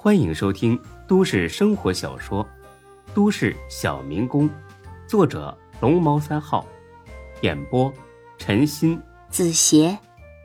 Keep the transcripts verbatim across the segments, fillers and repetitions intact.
欢迎收听都市生活小说《都市小民工》，作者龙猫三号，演播陈鑫、 子邪，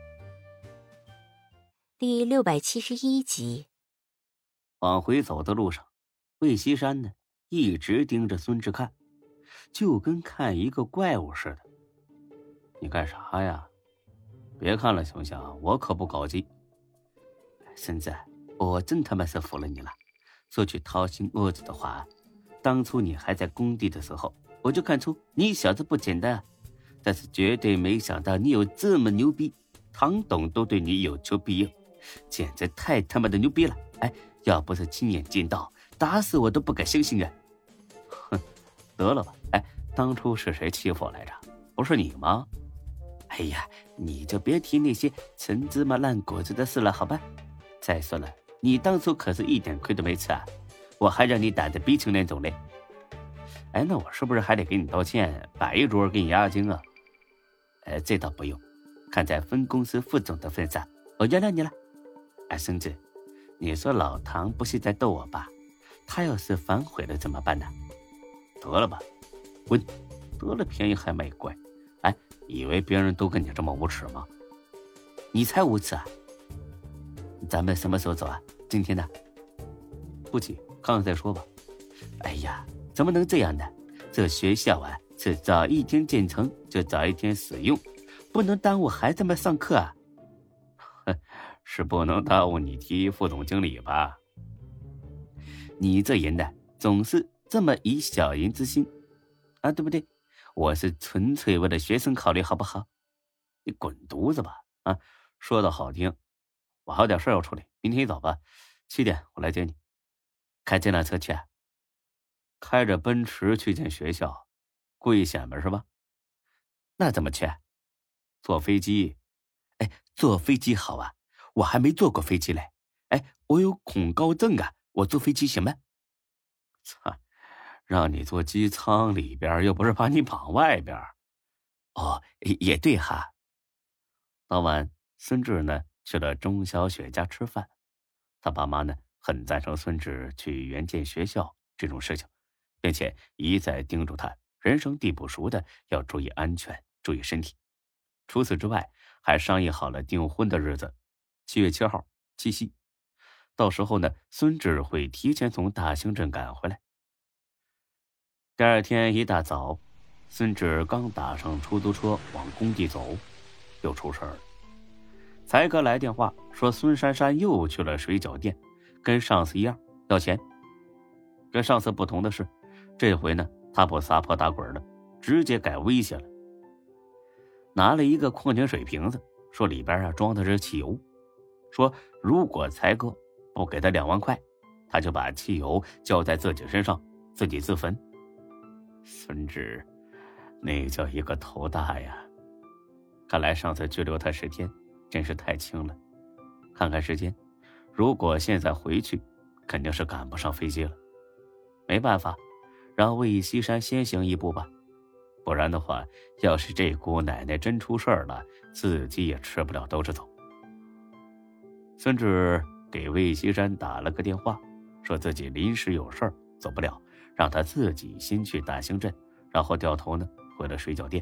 第六百七十一集。 往回走的路上，魏西山呢一直盯着孙志看，就跟看一个怪物似的。你干啥呀？别看了行不行？我可不高级。孙子，我真他妈是服了你了。说句掏心窝子的话，当初你还在工地的时候，我就看出你小子不简单啊，但是绝对没想到你有这么牛逼，唐董都对你有求必应，简直太他妈的牛逼了！哎，要不是亲眼见到，打死我都不敢相信啊！哼，得了吧！哎，当初是谁欺负我来着？不是你吗？哎呀，你就别提那些陈芝麻烂果子的事了，好吧？再说了，你当初可是一点亏都没吃啊，我还让你打得鼻青脸肿嘞。哎，那我是不是还得给你道歉，摆一桌给你压惊啊？呃，这倒不用，看在分公司副总的份上，我原谅你了。哎，孙子，你说老唐不是在逗我吧？他要是反悔了怎么办呢？得了吧，滚！得了便宜还卖乖。哎，以为别人都跟你这么无耻吗？你才无耻啊！咱们什么时候走啊？今天呢？不急，看看再说吧。哎呀，怎么能这样呢？这学校啊，是早一天建成就早一天使用，不能耽误孩子们上课啊。哼，是不能耽误你提副总经理吧？你这人呢，总是这么以小人之心啊，对不对？我是纯粹为了学生考虑，好不好？你滚犊子吧！啊，说的好听，我还有点事要处理，明天一早吧，七点我来接你。开这辆车去啊？开着奔驰去见学校，贵险吧是吧？那怎么去？坐飞机？哎，坐飞机好啊，我还没坐过飞机嘞。哎，我有恐高症啊，我坐飞机行吗？操！让你坐机舱里边，又不是把你绑外边。哦，也对哈。当晚，孙志呢去了钟小雪家吃饭，他爸妈呢很赞成孙志去援建学校这种事情，并且一再叮嘱他人生地不熟的要注意安全，注意身体。除此之外，还商议好了订婚的日子，七月七号，七夕。到时候呢，孙志会提前从大兴镇赶回来。第二天一大早，孙志刚打上出租车往工地走，又出事了。才哥来电话说孙珊珊又去了水饺店，跟上次一样要钱。跟上次不同的是，这回呢他不撒泼打滚了，直接改威胁了。拿了一个矿泉水瓶子，说里边啊装的是汽油，说如果才哥不给他两万块，他就把汽油浇在自己身上，自己自焚。孙志那叫一个头大呀！看来上次拘留他十天真是太轻了。看看时间，如果现在回去肯定是赶不上飞机了。没办法，让魏西山先行一步吧，不然的话，要是这姑奶奶真出事了，自己也吃不了兜着走。孙志给魏西山打了个电话，说自己临时有事儿走不了，让他自己先去大兴镇，然后掉头呢回了水饺店。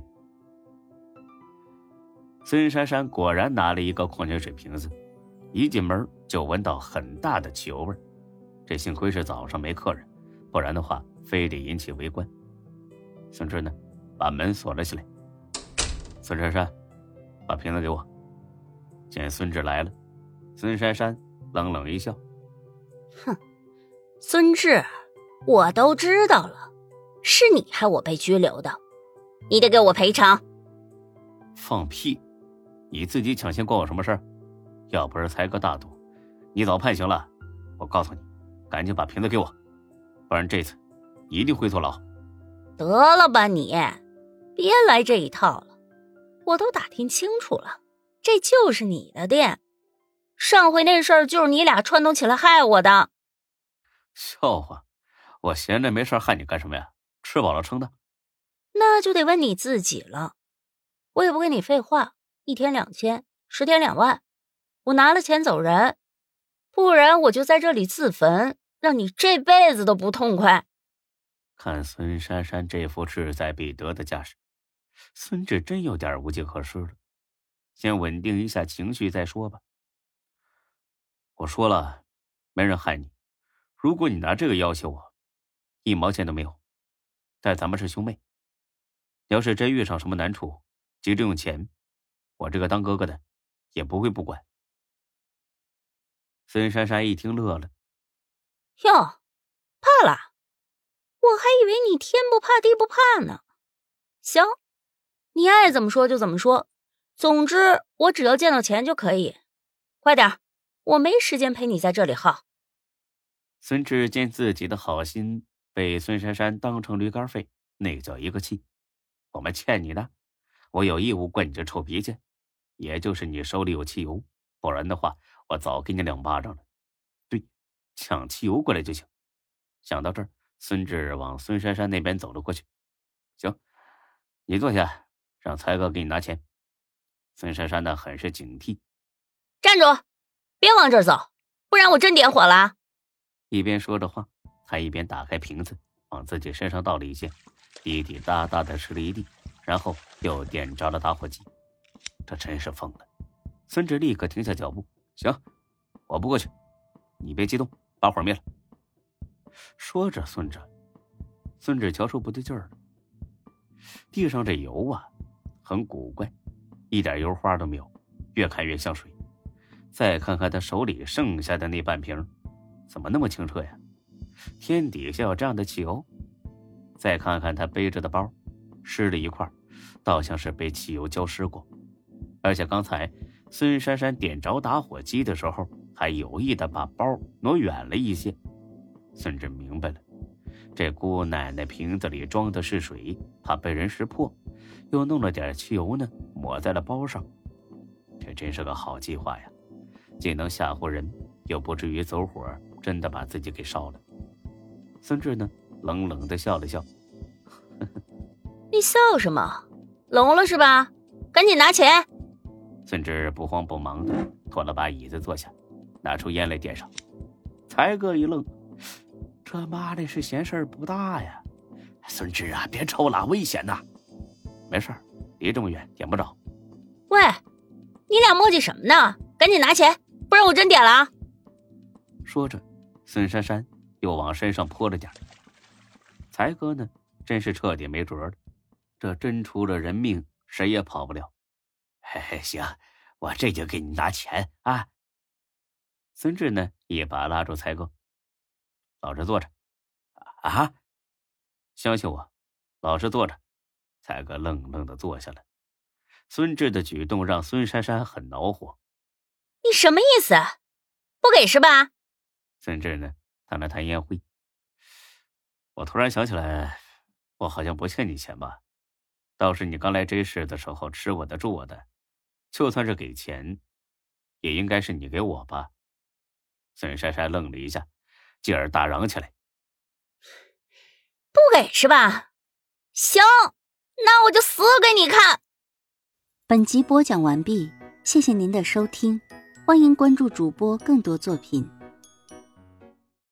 孙珊珊果然拿了一个矿泉水瓶子，一进门就闻到很大的汽油味，这幸亏是早上没客人，不然的话非得引起围观。孙志呢把门锁了起来。孙珊珊，把瓶子给我。见孙志来了，孙珊珊冷冷一笑， 哼，孙志，我都知道了，是你害我被拘留的，你得给我赔偿。 放屁！你自己抢先关我什么事儿？要不是才哥大度，你早判刑了。我告诉你，赶紧把瓶子给我，不然这次一定会坐牢。 得了吧你，别来这一套了，我都打听清楚了，这就是你的店，上回那事儿就是你俩串通起来害我的。 笑话，我闲着没事害你干什么呀？吃饱了撑的。 那就得问你自己了，我也不跟你废话，一天两千，十天两万，我拿了钱走人， 不然我就在这里自焚，让你这辈子都不痛快。 看孙珊珊这副志在必得的架势，孙志真有点无计可施了。先稳定一下情绪再说吧。我说了，没人害你。如果你拿这个要求我，一毛钱都没有。但咱们是兄妹，要是真遇上什么难处，急着用钱，我这个当哥哥的也不会不管。孙珊珊一听乐了。 哟，怕了？我还以为你天不怕地不怕呢。行，你爱怎么说就怎么说，总之我只要见到钱就可以。快点，我没时间陪你在这里耗。 孙志见自己的好心被孙珊珊当成驴肝肺，那叫一个气。我们欠你的，我有义务灌你这臭脾气，也就是你手里有汽油，不然的话我早给你两巴掌了。对，抢汽油过来就行。想到这儿，孙志往孙珊珊那边走了过去。行，你坐下，让才哥给你拿钱。孙珊珊呢很是警惕。 站住，别往这儿走，不然我真点火了。 一边说着话，他一边打开瓶子，往自己身上倒了一些，滴滴答答的吃了一地，然后又点着了打火机。这真是疯了。孙志立刻停下脚步。行，我不过去，你别激动，把火灭了。说着，孙志孙志瞧出不对劲儿了。地上这油啊很古怪，一点油花都没有，越看越像水。再看看他手里剩下的那半瓶，怎么那么清澈呀？天底下有这样的汽油？再看看他背着的包，湿了一块，倒像是被汽油浇湿过。而且刚才孙珊珊点着打火机的时候，还有意的把包挪远了一些。孙志明白了，这姑奶奶瓶子里装的是水，怕被人识破，又弄了点汽油呢，抹在了包上。这真是个好计划呀，既能吓唬人，又不至于走火真的把自己给烧了。孙志呢冷冷地笑了笑。 你笑什么？聋了是吧？赶紧拿钱。 孙志不慌不忙的拖了把椅子坐下，拿出烟来点上。才哥一愣，这妈的是嫌事儿不大呀。孙志啊，别抽了，危险呐。没事儿，离这么远点不着。 喂，你俩磨叽什么呢？赶紧拿钱，不然我真点了啊。 说着，孙珊珊又往身上泼了点。才哥呢真是彻底没辙了，这真出了人命，谁也跑不了。嘿嘿，行，我这就给你拿钱啊。孙志呢一把拉住才哥，老实坐着。啊，相信我，老实坐着。才哥愣愣地坐下了。孙志的举动让孙珊珊很恼火。 你什么意思？不给是吧？ 孙志呢弹了弹烟灰。我突然想起来，我好像不欠你钱吧？倒是你刚来这市的时候吃我的住我的，就算是给钱，也应该是你给我吧？孙珊珊愣了一下，继而大嚷起来。 不给是吧？行，那我就死给你看。 本集播讲完毕，谢谢您的收听，欢迎关注主播更多作品。